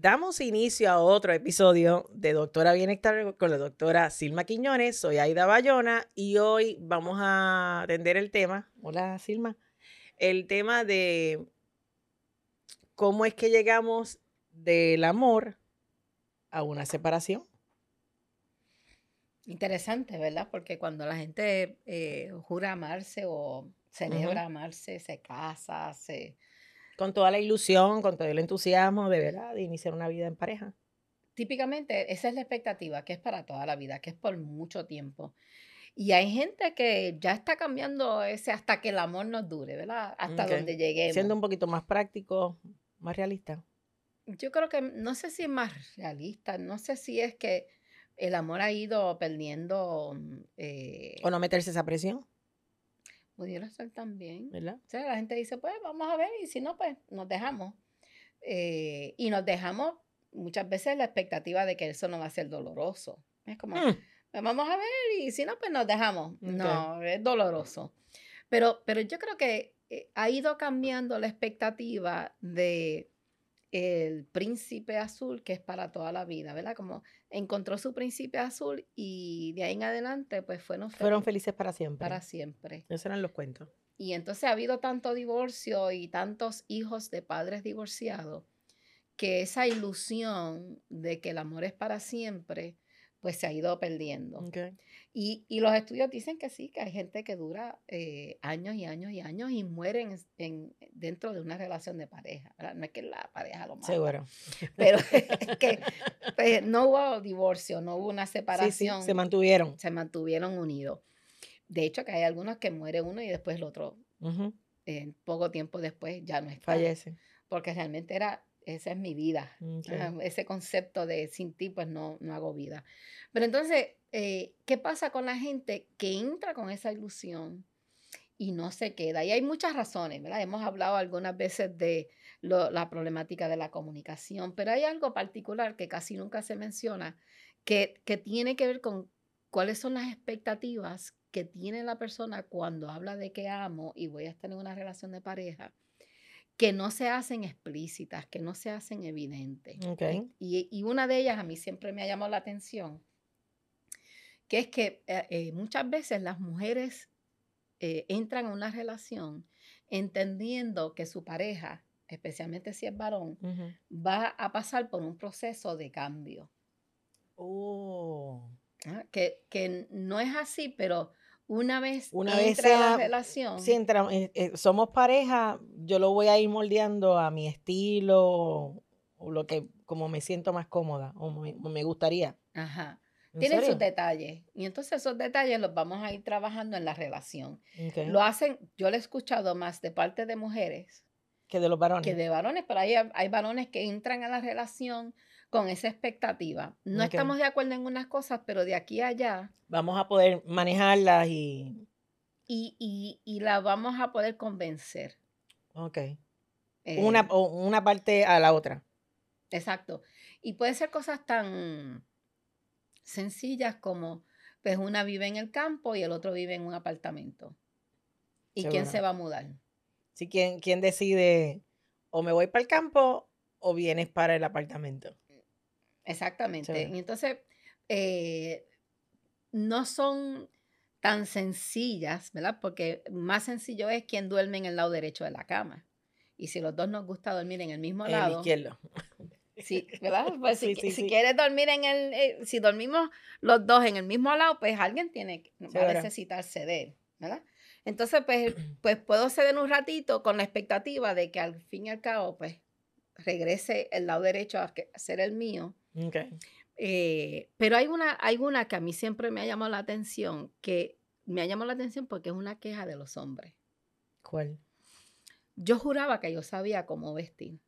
Damos inicio a otro episodio de Doctora Bienestar con la doctora Silma Quiñones. Soy Aida Bayona y hoy vamos a atender el tema, hola Silma, el tema de cómo es que llegamos del amor a una separación. Interesante, ¿verdad? Porque cuando la gente jura amarse o celebra amarse, se casa, Con toda la ilusión, con todo el entusiasmo de verdad de iniciar una vida en pareja. típicamente esa es la expectativa, que es para toda la vida, que es por mucho tiempo. Y hay gente que ya está cambiando ese hasta que el amor nos dure, ¿verdad? Hasta donde Siendo lleguemos. un poquito más práctico, más realista. Yo creo que no sé si es más realista, no sé si es que el amor ha ido perdiendo, O no meterse esa presión, pudiera ser también. ¿verdad? O sea, la gente dice, pues vamos a ver, y si no, pues nos dejamos. Y nos dejamos muchas veces la expectativa de que eso no va a ser doloroso. Es como, pues vamos a ver, y si no, pues nos dejamos. No, es doloroso. Pero yo creo que ha ido cambiando la expectativa de el príncipe azul, que es para toda la vida, ¿verdad? Como encontró su príncipe azul y de ahí en adelante, pues Fueron fueron felices para siempre. para siempre. Esos eran los cuentos. Y entonces ha habido tanto divorcio y tantos hijos de padres divorciados que esa ilusión de que el amor es para siempre, pues se ha ido perdiendo. Okay. Y los estudios dicen que sí, que hay gente que dura años y años y años y mueren dentro de una relación de pareja, ¿verdad? No es que la pareja lo mata. Seguro. Pero es que pues, no hubo divorcio, no hubo una Sí, separación. se mantuvieron. Se mantuvieron unidos. De hecho, que hay algunos que muere uno y después el otro, poco tiempo después, ya no está. Fallece. Porque realmente esa es mi vida. Ese concepto de sin ti, pues no hago vida. Pero entonces, ¿qué pasa con la gente que entra con esa ilusión y no se queda? Y hay muchas razones, ¿verdad? Hemos hablado algunas veces de la problemática de la comunicación, pero hay algo particular que casi nunca se menciona, que tiene que ver con cuáles son las expectativas que tiene la persona cuando habla de que amo y voy a estar en una relación de pareja, que no se hacen explícitas, que no se hacen evidentes. Okay. Y una de ellas a mí siempre me ha llamado la atención, que es que muchas veces las mujeres entran a una relación entendiendo que su pareja, especialmente si es varón, va a pasar por un proceso de cambio. Oh. Que no es así, pero una vez vez entra a la relación. si somos pareja, yo lo voy a ir moldeando a mi estilo o lo que, como me siento más cómoda o me gustaría. Ajá. ¿En Tienen sus serio? detalles. Y entonces esos detalles los vamos a ir trabajando en la relación. Okay. Lo hacen, yo lo he escuchado más de parte de mujeres Que de los varones. que de varones, pero hay varones que entran a la relación con esa expectativa. No Okay. estamos de acuerdo en unas cosas, pero de aquí a allá. Vamos a poder manejarlas y la vamos a poder convencer. Ok. Una parte a la otra. Exacto. Y puede ser cosas tan sencillas como, pues una vive en el campo y el otro vive en un apartamento. ¿Y Seguro. quién se va a mudar? Sí, ¿quién decide o me voy para el campo o vienes para el apartamento? Exactamente. Seguro. Y entonces, no son tan sencillas, ¿verdad? Porque más sencillo es quien duerme en el lado derecho de la cama. Y si los dos nos gusta dormir en el mismo lado. En el izquierdo. Sí, ¿verdad? Pues Sí, si quieres dormir si dormimos los dos en el mismo lado, pues alguien va a necesitar ceder, ¿verdad? Entonces, pues puedo ceder un ratito con la expectativa de que al fin y al cabo, pues regrese el lado derecho a ser el mío. Okay. Pero hay una que a mí siempre me ha llamado la atención, porque es una queja de los hombres. ¿Cuál? Yo juraba que yo sabía cómo vestir.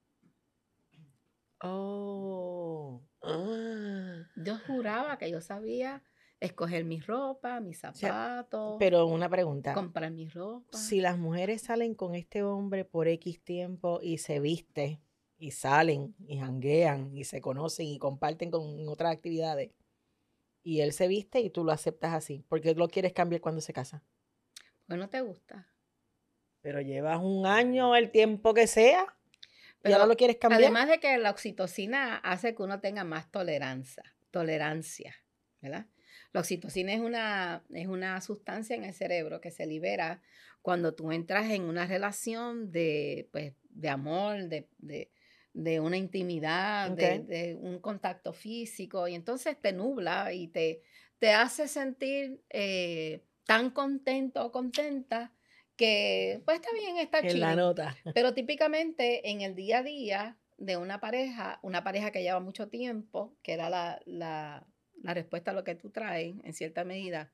Oh. Yo juraba que yo sabía escoger mi ropa, mis zapatos. Pero una pregunta. Comprar mi ropa. Si las mujeres salen con este hombre por X tiempo y se viste y salen y janguean y se conocen y comparten con otras actividades y él se viste y tú lo aceptas así, porque lo quieres cambiar cuando se casa. Pues no te gusta. Pero llevas un año, el tiempo que sea. y ahora lo quieres cambiar. Además de que la oxitocina hace que uno tenga más tolerancia, ¿verdad? La oxitocina es una sustancia en el cerebro que se libera cuando tú entras en una relación de, pues, de amor, de una intimidad, Okay. de un contacto físico, y entonces te nubla y te hace sentir tan contento o contenta que, pues está bien, está En la chilling. nota. Pero típicamente en el día a día de una pareja que lleva mucho tiempo, que era la respuesta a lo que tú traes, en cierta medida,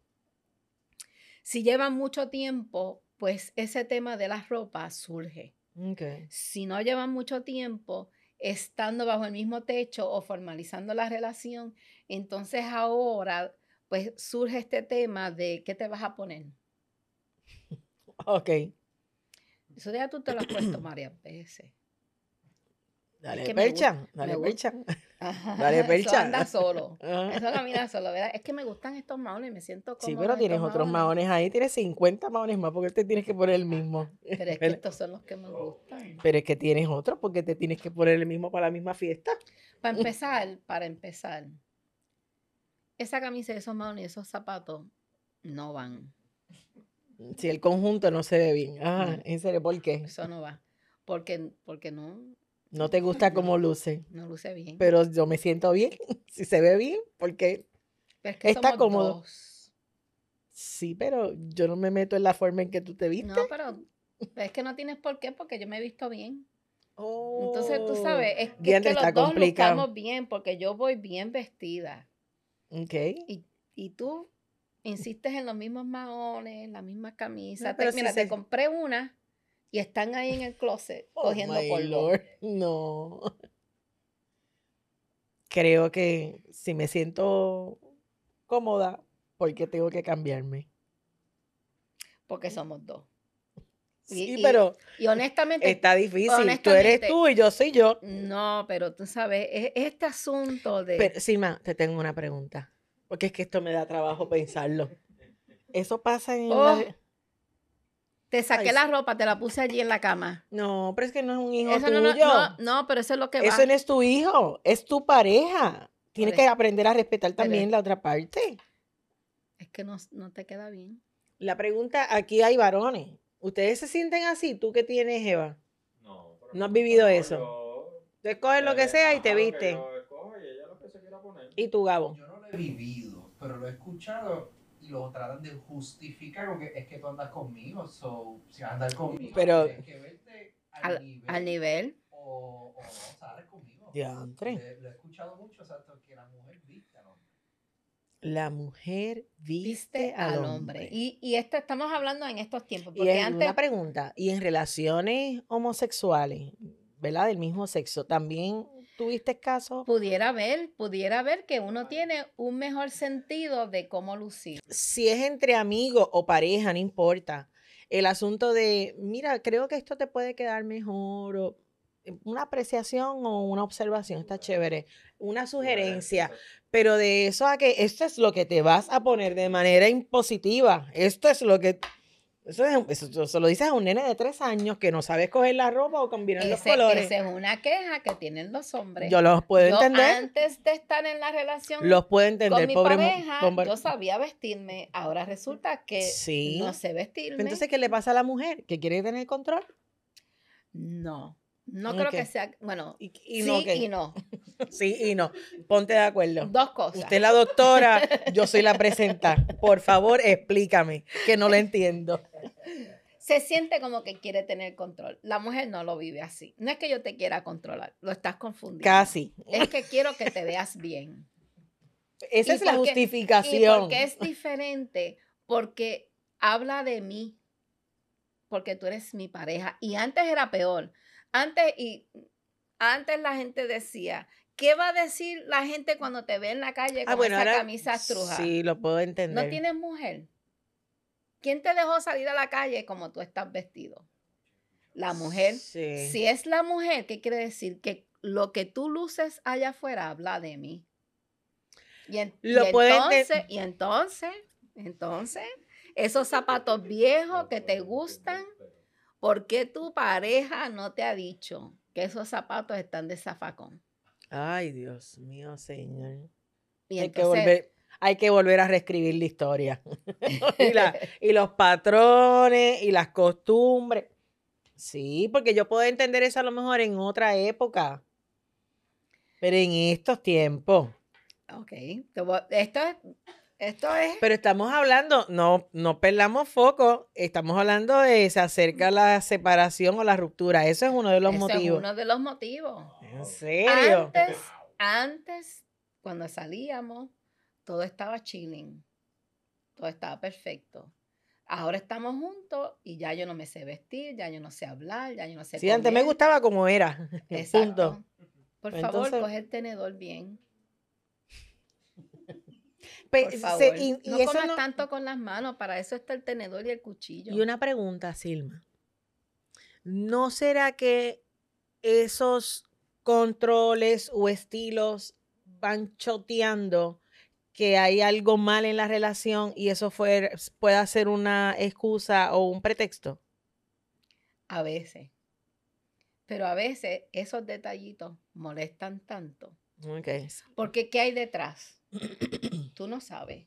si llevan mucho tiempo, pues ese tema de las ropas surge. Okay. Si no llevan mucho tiempo estando bajo el mismo techo o formalizando la relación, entonces ahora pues surge este tema de ¿qué te vas a poner? Ok. Eso ya tú te lo has puesto varias veces. Dale Es que percha, dale percha. Dale Eso percha. anda solo. Ajá. Eso camina solo, ¿verdad? Es que me gustan estos maones, me siento Sí, cómoda pero en tienes estos otros maones. maones ahí, tienes 50 maones más porque te tienes que poner el mismo. Pero es que estos son los que me gustan. Pero es que tienes otro porque te tienes que poner el mismo para la misma fiesta. Para empezar, esa camisa, esos maones y esos zapatos no van. Si el conjunto no se ve bien. Ajá, No. en serio, ¿por qué? Eso no va. Porque no, No te gusta cómo luce. no luce bien. Pero yo me siento bien. Si se ve bien, porque Pero es que está somos cómodo. dos. Sí, pero yo no me meto en la forma en que tú te vistes. No, pero es que no tienes por qué, porque yo me he visto bien. Entonces, tú sabes, es que Diantre, los está dos complicado. lucamos bien, porque yo voy bien vestida. Ok. Y tú insistes en los mismos maones, la misma camisa. No, pero Mira, sí te compré una y están ahí en el closet Oh cogiendo my polvo. Lord. No. Creo que si me siento cómoda, porque tengo que cambiarme. Porque somos dos. Sí, pero y honestamente, está difícil. Tú eres tú y yo soy yo. No, pero tú sabes, este asunto de... Pero, Silma, te tengo una pregunta. Porque es que esto me da trabajo pensarlo. Eso pasa en Oh, te Ay, saqué sí. la ropa, te la puse allí en la cama. No, pero es que no es un hijo Eso tuyo. no, pero eso es lo que Eso va. no es tu hijo, es tu pareja. Tienes que aprender a respetar también la otra parte. Es que no te queda bien. La pregunta, aquí hay varones. ¿Ustedes se sienten así? ¿Tú qué tienes, Eva? No, pero ¿No has vivido eso? yo, Tú escoges lo que sea y te lo que viste. yo escojo y ella lo que se quiera poner. ¿Y tú, Gabo? Yo no lo he vivido, pero lo he escuchado y lo tratan de justificar porque es que tú andas conmigo, so, si vas a andar conmigo, Pero- tienes que verte al nivel. o no sales conmigo. Diantre. Lo he escuchado mucho, o sea, que la mujer viste al hombre. La mujer viste al hombre. Y esto estamos hablando en estos tiempos. Y Porque es antes una pregunta, ¿y en relaciones homosexuales, ¿verdad? Del mismo sexo, también tuviste casos? pudiera ver que uno tiene un mejor sentido de cómo lucir. Si es entre amigos o pareja, no importa. El asunto de, mira, creo que esto te puede quedar mejor, o una apreciación o una observación, está chévere, una sugerencia, pero de eso a que esto es lo que te vas a poner de manera impositiva, esto es lo que, eso se lo dices a un nene de 3 años que no sabe escoger la ropa o combinar los colores. Esa es una queja que tienen los hombres. Yo los puedo entender. Antes de estar en la relación Los puedo entender, con mi pobre pareja, yo sabía vestirme. Ahora resulta que Sí. no sé vestirme. Entonces, ¿qué le pasa a la mujer? ¿Que quiere tener control? No creo Ok. que sea, bueno, Y sí no, ¿qué? y no. Sí y no. Ponte de acuerdo. Dos cosas. Usted es la doctora, yo soy la presenta. Por favor, explícame, que no lo entiendo. Se siente como que quiere tener control. La mujer no lo vive así. No es que yo te quiera controlar, lo estás confundiendo. Casi. Es que quiero que te veas bien. Esa ¿Y es la por qué? justificación. ¿Y por qué es diferente? Porque habla de mí. Porque tú eres mi pareja. Y antes era peor. Antes la gente decía, ¿qué va a decir la gente cuando te ve en la calle con esa ahora camisa estrujada? sí, lo puedo entender. ¿No tienes mujer? ¿Quién te dejó salir a la calle como tú estás vestido? La mujer. Sí. Si es la mujer, ¿qué quiere decir? Que lo que tú luces allá afuera habla de mí. Y entonces, esos zapatos viejos que te gustan, ¿por qué tu pareja no te ha dicho? que esos zapatos están de zafacón. Ay, Dios mío, señor. Y Hay entonces, que volver a reescribir la historia. y los patrones y las costumbres. Sí, porque yo puedo entender eso a lo mejor en otra época. Pero en estos tiempos. ok, esto es, Pero estamos hablando, no perdamos foco, estamos hablando de se acerca la separación o la ruptura. Eso es uno de los ese es motivos. uno de los motivos. ¿En serio? Antes, cuando salíamos, todo estaba chilling, todo estaba perfecto. Ahora estamos juntos y ya yo no me sé vestir, ya yo no sé hablar, ya yo no sé Sí, antes me comer. gustaba como era. Exacto. Punto. Por Pues favor, entonces- coge el tenedor bien. Pe- Por se- favor. y No eso comas no- tanto con las manos, para eso está el tenedor y el cuchillo. Y una pregunta, Silma. ¿No será que esos controles o estilos van choteando que hay algo mal en la relación y eso pueda ser una excusa o un pretexto? A veces. Pero a veces esos detallitos molestan tanto. Ok. Porque ¿qué hay detrás? Tú no sabes.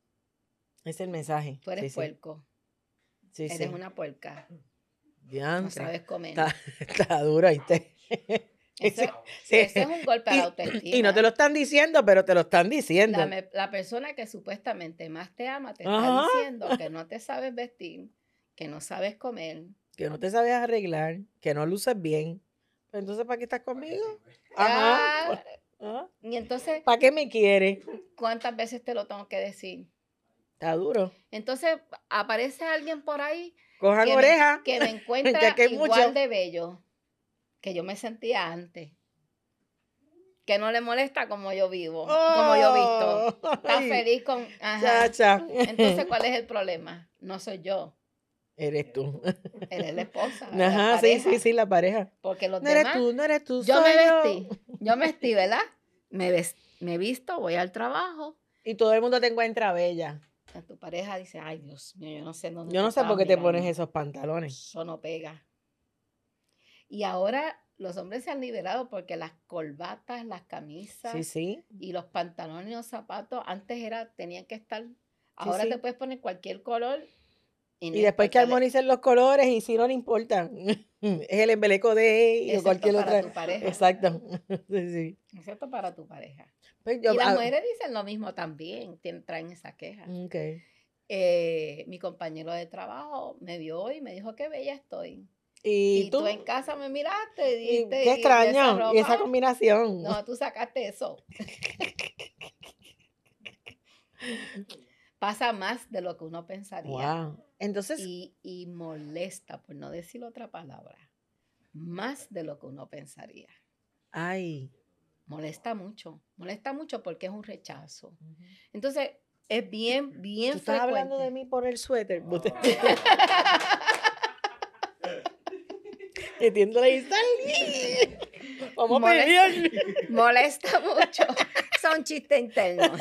Es el mensaje. Tú eres Sí, sí. puerco. Sí, Eres sí. una puerca. No Diantre. sabes comer. Está duro, ¿viste? Eso, Sí. eso es un golpe a la Y autoestima. no te lo están diciendo, pero te lo están diciendo. La persona que supuestamente más te ama te Ajá. está diciendo que no te sabes vestir, que no sabes comer. Que no te sabes arreglar, que no luces bien. Pues entonces, ¿para qué estás conmigo? Ajá. Ah, Ajá. y entonces, ¿Para qué me quieres? ¿cuántas veces te lo tengo que decir? Está duro. Entonces, aparece alguien por ahí Cojan que oreja. que me Que encuentra aquí hay igual mucho. de bello que yo me sentía antes. Que no le molesta como yo vivo, como yo he visto. Está Ay, feliz con... Ajá. chacha. Entonces, ¿cuál es el problema? No soy yo, Eres tú. eres la esposa, la Ajá, sí, pareja. sí, la pareja. Porque los No eres demás, tú, no eres tú, yo soy me yo. vestí, ¿verdad? Me visto, voy al trabajo. Y todo el mundo te encuentra bella. A tu pareja dice, ay, Dios mío, yo no sé dónde Yo no tú sé por estabas qué te pones mirando. esos pantalones. Eso no pega. Y ahora los hombres se han liberado porque las corbatas, las camisas Sí, sí. y los pantalones y los zapatos antes tenían que estar. Ahora sí. te puedes poner cualquier color. Y no después que importa armonicen los colores y si no le importa. Es el embeleco de él o excepto cualquier para otra. tu pareja. Exacto. Sí, sí. Excepto para tu pareja. Pues Y las mujeres dicen lo mismo también, traen esa queja. Ok. Mi compañero de trabajo me vio hoy y me dijo qué bella estoy. ¿Y Y tú en casa me miraste y dijiste, qué "¿Y esa extraño. Y esa ropa?". combinación. No, tú sacaste eso. Pasa más de lo que uno pensaría. Wow. Entonces, Y molesta, por no decir otra palabra, más de lo que uno pensaría. ay. Molesta mucho porque es un rechazo. Entonces, es bien ¿Tú estás frecuente. hablando de mí por el suéter? Que tiendo la Vamos a pelear. Molesta mucho. Son chistes internos.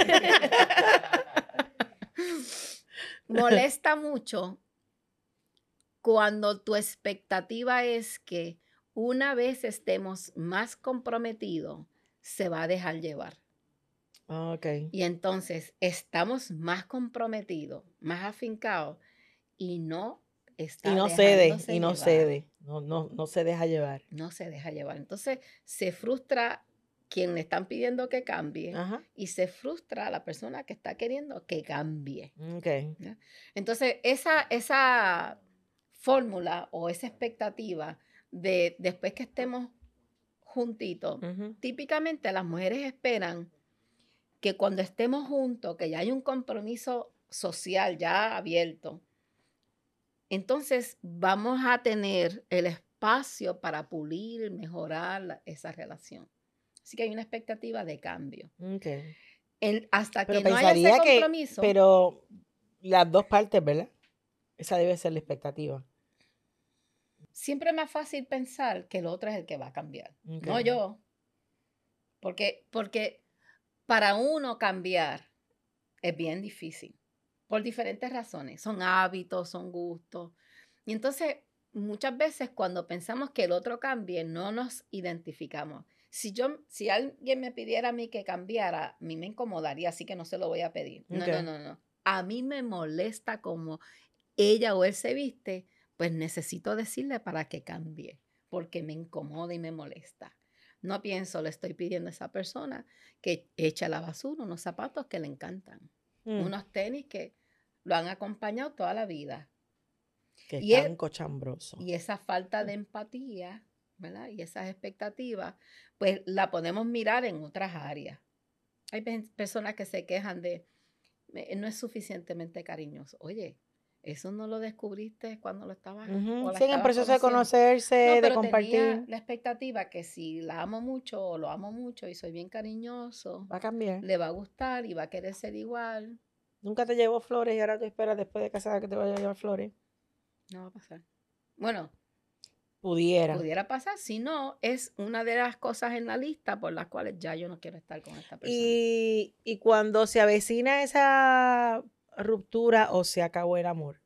Molesta mucho cuando tu expectativa es que una vez estemos más comprometidos, se va a dejar llevar. Ok. Y entonces estamos más comprometidos, más afincados y no está Y no cede, dejándose y no llevar. cede. No se deja llevar. No se deja llevar. Entonces se frustra quien le están pidiendo que cambie Ajá. y se frustra la persona que está queriendo que cambie. Ok. Entonces esa fórmula o esa expectativa de después que estemos juntitos, Ujú. típicamente las mujeres esperan que cuando estemos juntos, que ya hay un compromiso social ya abierto, entonces vamos a tener el espacio para pulir, mejorar esa relación. Así que hay una expectativa de cambio. Ok. Hasta Pero que no haya ese pensaría que, compromiso. pero las dos partes, ¿verdad? Esa debe ser la expectativa. Siempre es más fácil pensar que el otro es el que va a cambiar, Ok. no yo. Porque para uno cambiar es bien difícil, por diferentes razones. Son hábitos, son gustos. Y entonces muchas veces cuando pensamos que el otro cambie, no nos identificamos. Si alguien me pidiera a mí que cambiara, a mí me incomodaría, así que no se lo voy a pedir. No, Ok. no. A mí me molesta como ella o él se viste, pues necesito decirle para que cambie, porque me incomoda y me molesta. No pienso, le estoy pidiendo a esa persona que eche a la basura unos zapatos que le encantan, unos tenis que lo han acompañado toda la vida. Que Y es tan es- cochambroso. Y esa falta de empatía, ¿verdad? Y esas expectativas, pues la podemos mirar en otras áreas. Hay personas que se quejan de, no es suficientemente cariñoso. Oye, eso no lo descubriste cuando lo estabas o la Sí, en el estabas proceso de conociendo. conocerse, No, de pero tenía compartir, la expectativa que si la amo mucho o lo amo mucho y soy bien cariñoso, va a cambiar. le va a gustar y va a querer ser igual. Nunca te llevó flores y ahora tú esperas después de casada que te vaya a llevar flores. No va a pasar. Bueno, Pudiera. pudiera pasar, si no, es una de las cosas en la lista por las cuales ya yo no quiero estar con esta persona. Y cuando se avecina esa ruptura o se acabó el amor,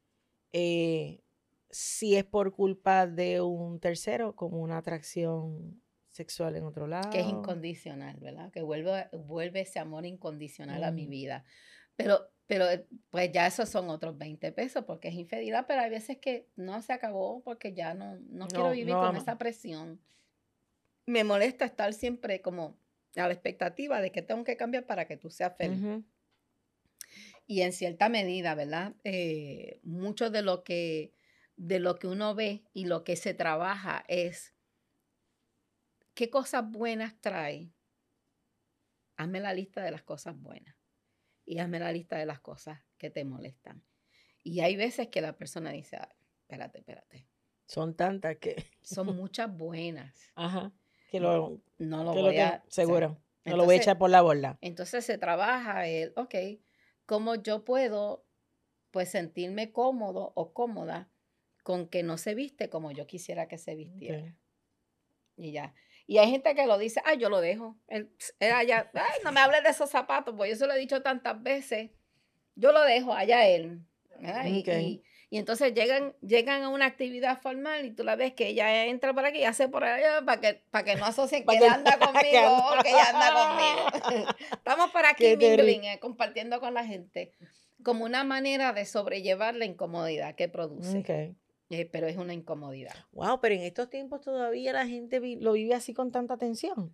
si es por culpa de un tercero, como una atracción sexual en otro lado. Que es incondicional, ¿verdad? Que vuelve ese amor incondicional a mi Ujú. vida. Pero pues ya esos son otros 20 pesos porque es infidelidad, pero hay veces que no se acabó porque ya no quiero vivir no con vamos. esa presión. Me molesta estar siempre como a la expectativa de que tengo que cambiar para que tú seas feliz. Ujú. Y en cierta medida, ¿verdad? Mucho de lo que uno ve y lo que se trabaja es qué cosas buenas trae. Hazme la lista de las cosas buenas y hazme la lista de las cosas que te molestan. Y hay veces que la persona dice, "Ay, espérate, Son tantas que, son muchas buenas. ajá, que lo, No lo que voy a... seguro, o sea, no lo voy a entonces, echar por la borda. entonces se trabaja el, ok, ¿cómo yo puedo pues sentirme cómodo o cómoda con que no se viste como yo quisiera que se vistiera? Ok. Y ya. Y hay gente que lo dice, ay, yo lo dejo. Él allá, ay, no me hables de esos zapatos, pues yo se lo he dicho tantas veces. Yo lo dejo allá él. ¿Verdad? Ok. Y entonces llegan a una actividad formal y tú la ves que ella entra por aquí y hace por allá para que no asocien que ella anda conmigo o que ella anda conmigo. Estamos por aquí Qué mingling, compartiendo con la gente, como una manera de sobrellevar la incomodidad que produce. Ok. Pero es una incomodidad. Wow, pero en estos tiempos todavía la gente lo vive así con tanta tensión.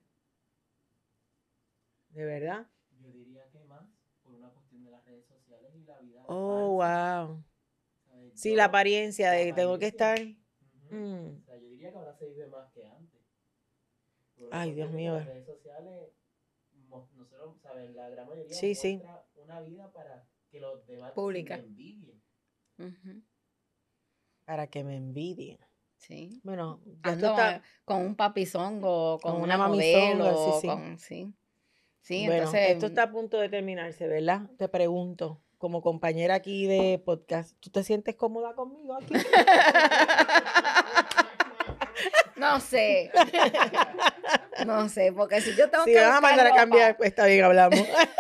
¿De verdad? Yo diría que más por una cuestión de las redes sociales y la vida Oh, falsa, wow. ¿sabes? Sí, Yo- la apariencia la de que tengo que estar. apariencia. Mm. O sea, yo diría que ahora se vive más que antes. Por una Ay, Dios cuestión de que mío. las redes sociales, nosotros, ¿sabes? La gran mayoría Sí, sí. muestra una vida para que los demás Pública. se envidien. Ujú. Para que me envidien. Sí. Bueno, ya esto Ando está. con un papizongo, con Con una una mamizonga, modelo, sí. con sí. Sí, Bueno, entonces esto está a punto de terminarse, ¿verdad? Te pregunto, como compañera aquí de podcast, ¿tú te sientes cómoda conmigo aquí? no sé. No sé, porque si yo tengo Si que vas a buscar mandar a ropa, cambiar, pues está bien, hablamos.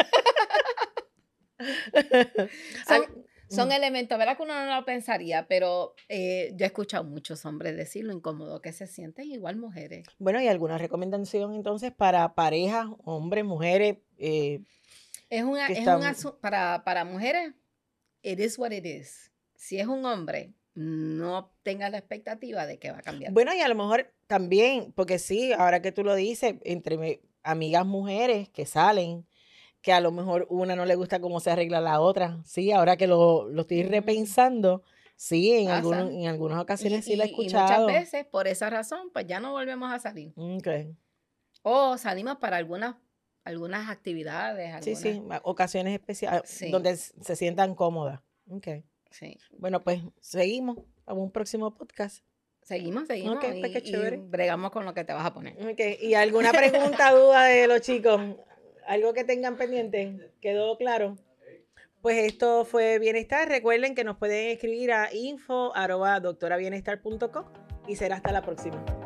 son elementos, ¿verdad? Que uno no lo pensaría, pero yo he escuchado muchos hombres decir lo incómodo que se sienten, igual mujeres. Bueno, ¿y alguna recomendación entonces para parejas, hombres, mujeres? Es un Que están- asunto para mujeres, it is what it is. Si es un hombre, no tengas la expectativa de que va a cambiar. Bueno, y a lo mejor también, porque sí, ahora que tú lo dices, entre amigas mujeres que salen, que a lo mejor una no le gusta cómo se arregla la otra. Sí, ahora que lo estoy repensando, sí, en Pasa. algunas ocasiones sí la he Y muchas escuchado. veces, por esa razón, pues ya no volvemos a salir. Ok. O salimos para algunas actividades. Sí, sí, ocasiones especiales Sí. donde se sientan cómodas. Ok. Sí. Bueno, pues seguimos a un próximo podcast. Seguimos Ok, pues qué y chévere. bregamos con lo que te vas a poner. Ok, ¿y alguna pregunta, duda de los chicos? ¿Algo que tengan pendiente? ¿Quedó claro? Pues esto fue Bienestar. Recuerden que nos pueden escribir a info@doctorabienestar.com y será hasta la próxima.